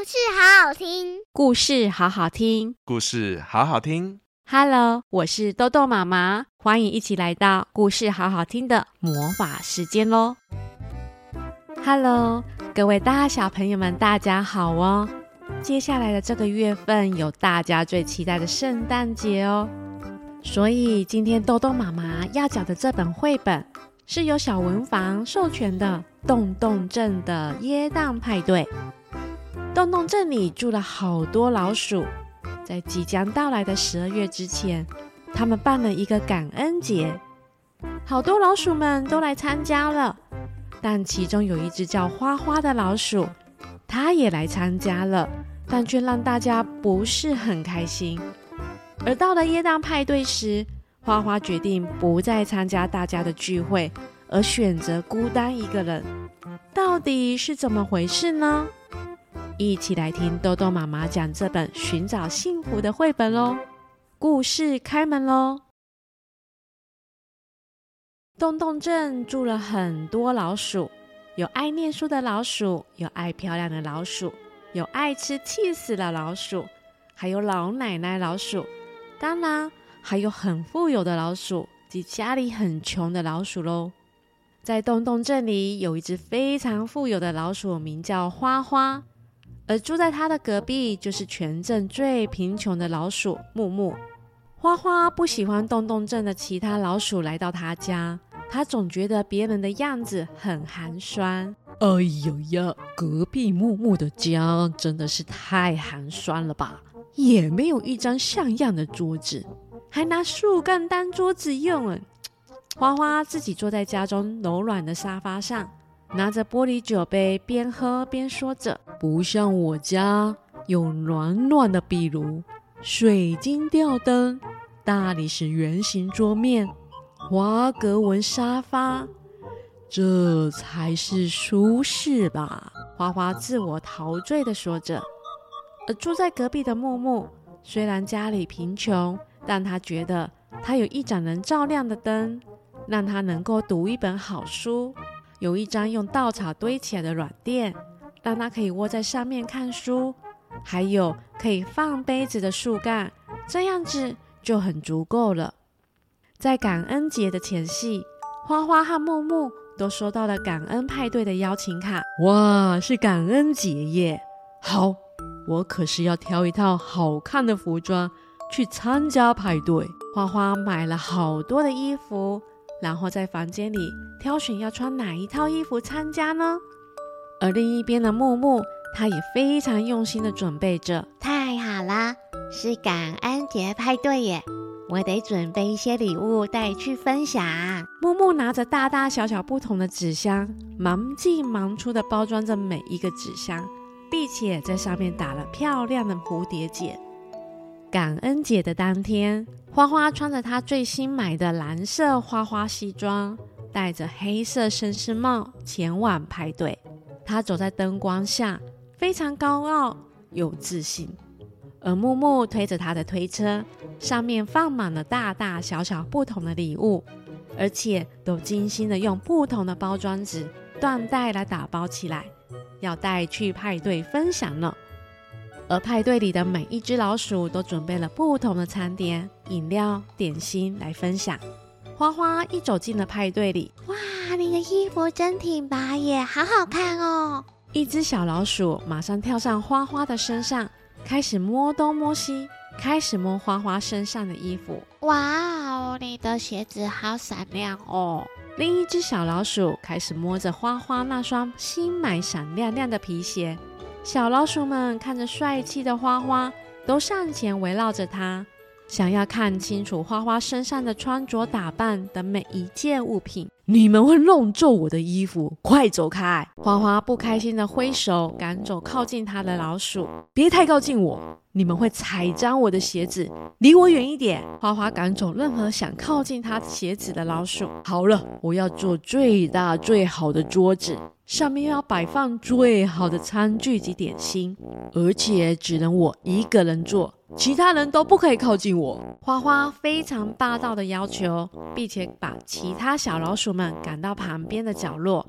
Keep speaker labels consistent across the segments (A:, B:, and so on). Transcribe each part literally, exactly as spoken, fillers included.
A: 事好好听，
B: 故事好好听，
C: 故事好好听。
B: Hello， 我是豆豆妈妈，欢迎一起来到故事好好听的魔法时间咯。Hello， 各位大小朋友们，大家好哦！接下来的这个月份有大家最期待的圣诞节哦，所以今天豆豆妈妈要讲的这本绘本是由小文房授权的洞洞镇的耶诞派对。洞洞镇里住了好多老鼠，在即将到来的十二月之前，他们办了一个感恩节，好多老鼠们都来参加了。但其中有一只叫花花的老鼠，它也来参加了，但却让大家不是很开心。而到了耶诞派对时，花花决定不再参加大家的聚会，而选择孤单一个人。到底是怎么回事呢？一起来听豆豆妈妈讲这本寻找幸福的绘本咯。故事开门咯。洞洞镇住了很多老鼠，有爱念书的老鼠，有爱漂亮的老鼠，有爱吃气死的老鼠，还有老奶奶老鼠，当然还有很富有的老鼠及家里很穷的老鼠咯。在洞洞镇里有一只非常富有的老鼠，名叫花花，而住在它的隔壁就是全镇最贫穷的老鼠木木。花花不喜欢洞洞镇的其他老鼠来到他家，他总觉得别人的样子很寒酸。哎呦呀，隔壁木木的家真的是太寒酸了吧，也没有一张像样的桌子，还拿树干当桌子用了。花花自己坐在家中柔软的沙发上，拿着玻璃酒杯边喝边说着，不像我家有暖暖的壁炉，水晶吊灯，大理石圆形桌面，花格纹沙发，这才是舒适吧。花花自我陶醉地说着。而住在隔壁的木木，虽然家里贫穷，但他觉得他有一盏能照亮的灯，让他能够读一本好书，有一张用稻草堆起来的软垫，让他可以窝在上面看书，还有可以放杯子的树干，这样子就很足够了。在感恩节的前夕，花花和木木都收到了感恩派对的邀请卡。哇，是感恩节耶！好，我可是要挑一套好看的服装去参加派对。花花买了好多的衣服，然后在房间里挑选要穿哪一套衣服参加呢？而另一边的木木，他也非常用心的准备着。
A: 太好了，是感恩节派对耶，我得准备一些礼物带去分享。
B: 木木拿着大大小小不同的纸箱，忙进忙出的包装着每一个纸箱，并且在上面打了漂亮的蝴蝶结。感恩节的当天，花花穿着她最新买的蓝色花花西装，戴着黑色绅士帽前往派对。她走在灯光下，非常高傲有自信。而木木推着他的推车，上面放满了大大小小不同的礼物，而且都精心的用不同的包装纸、缎带来打包起来，要带去派对分享呢。而派对里的每一只老鼠都准备了不同的餐点、饮料、点心来分享。花花一走进了派对里，
A: 哇，你的衣服真挺拔耶，好好看哦！
B: 一只小老鼠马上跳上花花的身上，开始摸东摸西，开始摸花花身上的衣服。
A: 哇哦，你的鞋子好闪亮哦！
B: 另一只小老鼠开始摸着花花那双新买闪亮亮的皮鞋。小老鼠们看着帅气的花花，都上前围绕着它，想要看清楚花花身上的穿着打扮的每一件物品。你们会弄皱我的衣服，快走开！花花不开心的挥手赶走靠近他的老鼠。别太靠近我，你们会踩脏我的鞋子，离我远一点！花花赶走任何想靠近他鞋子的老鼠。好了，我要做最大最好的桌子，上面要摆放最好的餐具及点心，而且只能我一个人做，其他人都不可以靠近我。花花非常霸道的要求，并且把其他小老鼠们赶到旁边的角落。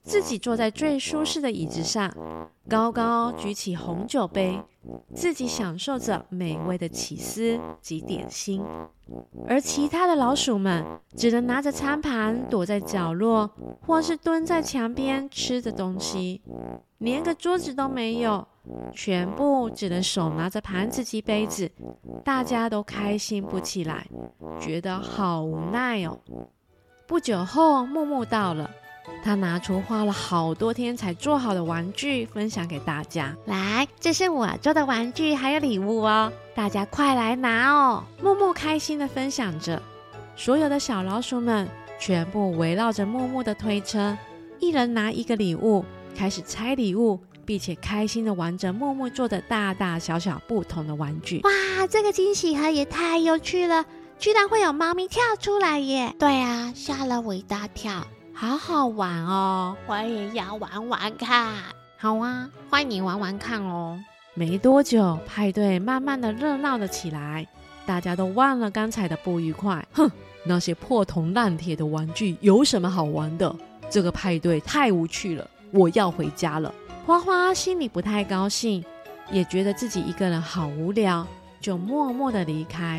B: 自己坐在最舒适的椅子上，高高举起红酒杯，自己享受着美味的起司及点心。而其他的老鼠们只能拿着餐盘躲在角落，或是蹲在墙边吃着东西，连个桌子都没有，全部只能手拿着盘子及杯子，大家都开心不起来，觉得好无奈哦。不久后，木木到了，他拿出花了好多天才做好的玩具分享给大家。
A: 来，这是我做的玩具还有礼物哦，大家快来拿哦。
B: 木木开心地分享着，所有的小老鼠们全部围绕着木木的推车，一人拿一个礼物，开始拆礼物，并且开心地玩着木木做的大大小小不同的玩具。
A: 哇，这个惊喜盒也太有趣了，居然会有猫咪跳出来耶！对啊，吓了我一大跳，
B: 好好玩哦，
A: 我也要玩玩看。好啊，欢迎玩玩看哦。
B: 没多久，派对慢慢的热闹了起来，大家都忘了刚才的不愉快。哼，那些破铜烂铁的玩具有什么好玩的？这个派对太无趣了，我要回家了。花花心里不太高兴，也觉得自己一个人好无聊，就默默的离开。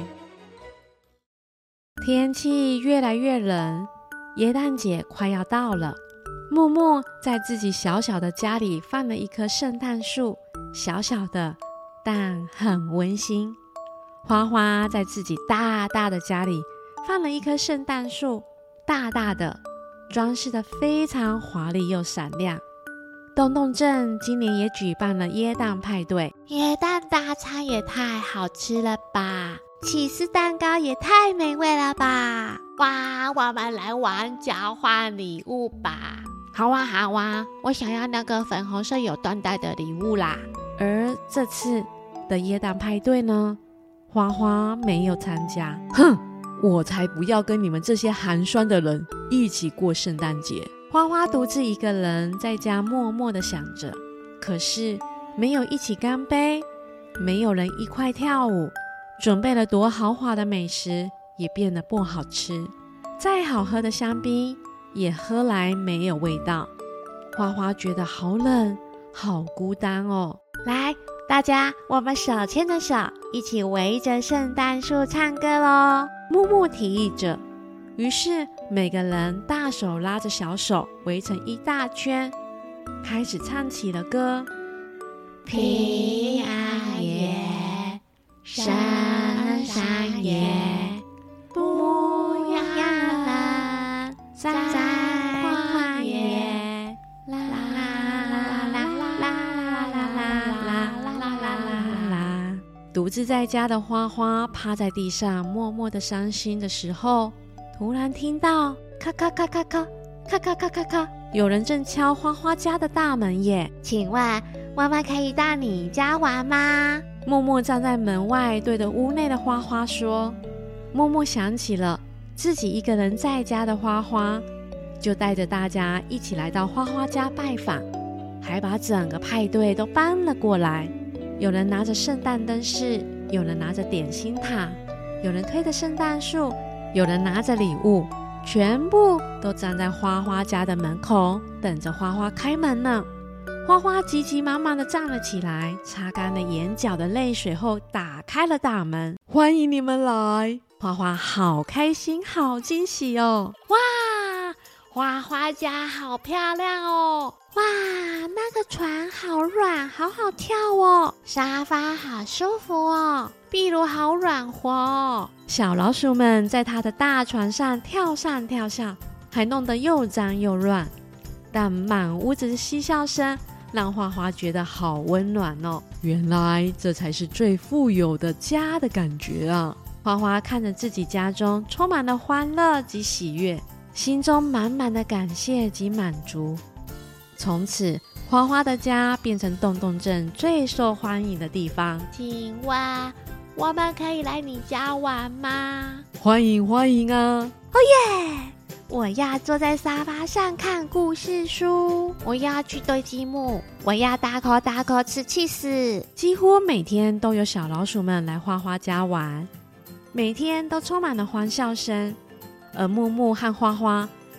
B: 天气越来越冷，耶诞节快要到了。木木在自己小小的家里放了一棵圣诞树，小小的，但很温馨。花花在自己大大的家里放了一棵圣诞树，大大的，装饰得非常华丽又闪亮。洞洞镇今年也举办了耶诞派对，
A: 耶诞大餐也太好吃了吧，起司蛋糕也太美味了吧！哇，我们来玩交换礼物吧！好啊好啊，我想要那个粉红色有缎带的礼物啦。
B: 而这次的耶诞派对呢，花花没有参加。哼，我才不要跟你们这些寒酸的人一起过圣诞节。花花独自一个人在家默默地想着，可是没有一起干杯，没有人一块跳舞，准备了多豪华的美食也变得不好吃，再好喝的香槟也喝来没有味道。花花觉得好冷，好孤单哦。
A: 来，大家，我们手牵着手，一起围着圣诞树唱歌咯。
B: 木木提议着，于是每个人大手拉着小手围成一大圈，开始唱起了歌。
A: 平安夜，圣诞夜，不要冷，在旷野，啦啦啦啦啦啦啦啦啦啦啦。
B: 独自在家的花花趴在地上默默的伤心的时候，突然听到咔咔咔咔咔咔咔咔咔咔，有人正敲花花家的大门耶。
A: 请问我们可以到你家玩吗？
B: 木木站在门外对着屋内的花花说。木木想起了自己一个人在家的花花，就带着大家一起来到花花家拜访，还把整个派对都搬了过来。有人拿着圣诞灯饰，有人拿着点心塔，有人推着圣诞树，有人拿着礼物，全部都站在花花家的门口等着花花开门呢。花花急急忙忙地站了起来，擦干了眼角的泪水后打开了大门。欢迎你们来！花花好开心，好惊喜哦！
A: 哇，花花家好漂亮哦！哇，那个船好软，好好跳哦！沙发好舒服哦，壁炉好软和哦。
B: 小老鼠们在它的大船上跳上跳下，还弄得又脏又乱，但满屋子的嬉笑声让花花觉得好温暖哦。原来这才是最富有的家的感觉啊！花花看着自己家中充满了欢乐及喜悦，心中满满的感谢及满足。从此，花花的家变成洞洞镇最受欢迎的地方。
A: 请问，我们可以来你家玩吗？
B: 欢迎欢迎啊！
A: 哦耶！我要坐在沙发上看故事书，我要去堆积木，我要大口大口吃起司。
B: 几乎每天都有小老鼠们来花花家玩，每天都充满了欢笑声。而木木和花花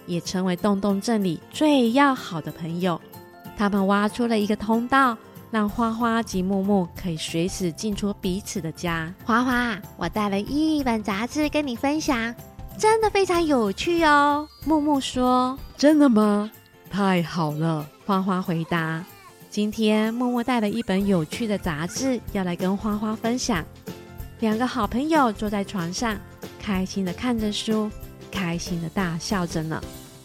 B: 也成为洞洞镇里最要好的朋友。他们挖出了一个通道，让花花及木木可以随时进出彼此的家。
A: 花花，我带了一本杂志跟你分享，真的非常有趣哦。
B: 木木说：真的吗？太好了。花花回答：今天木木带了一本有趣的杂志要来跟花花分享。两个好朋友坐在床上，开心的看着书，开心的大笑着呢。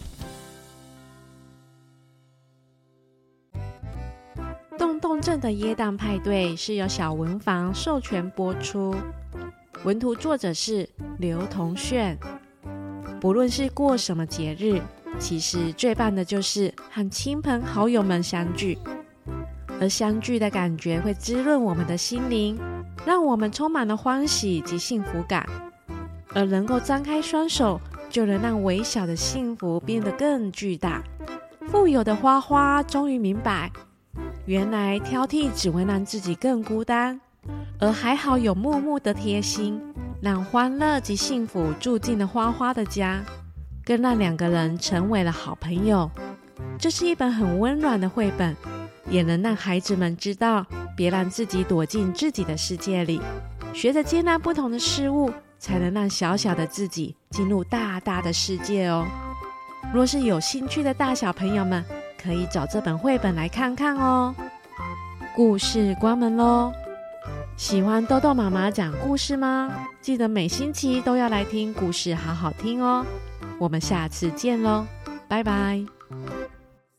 B: 洞洞镇的耶诞派对是由小文房授权播出，文图作者是刘同炫。不论是过什么节日，其实最棒的就是和亲朋好友们相聚，而相聚的感觉会滋润我们的心灵，让我们充满了欢喜及幸福感，而能够张开双手，就能让微小的幸福变得更巨大。富有的花花终于明白，原来挑剔只会让自己更孤单，而还好有木木的贴心，让欢乐及幸福住进了花花的家，更让两个人成为了好朋友。这是一本很温暖的绘本，也能让孩子们知道，别让自己躲进自己的世界里，学着接纳不同的事物，才能让小小的自己进入大大的世界哦。若是有兴趣的大小朋友们，可以找这本绘本来看看哦。故事关门咯。喜欢豆豆妈妈讲故事吗？记得每星期都要来听故事，好好听哦。我们下次见咯，拜拜。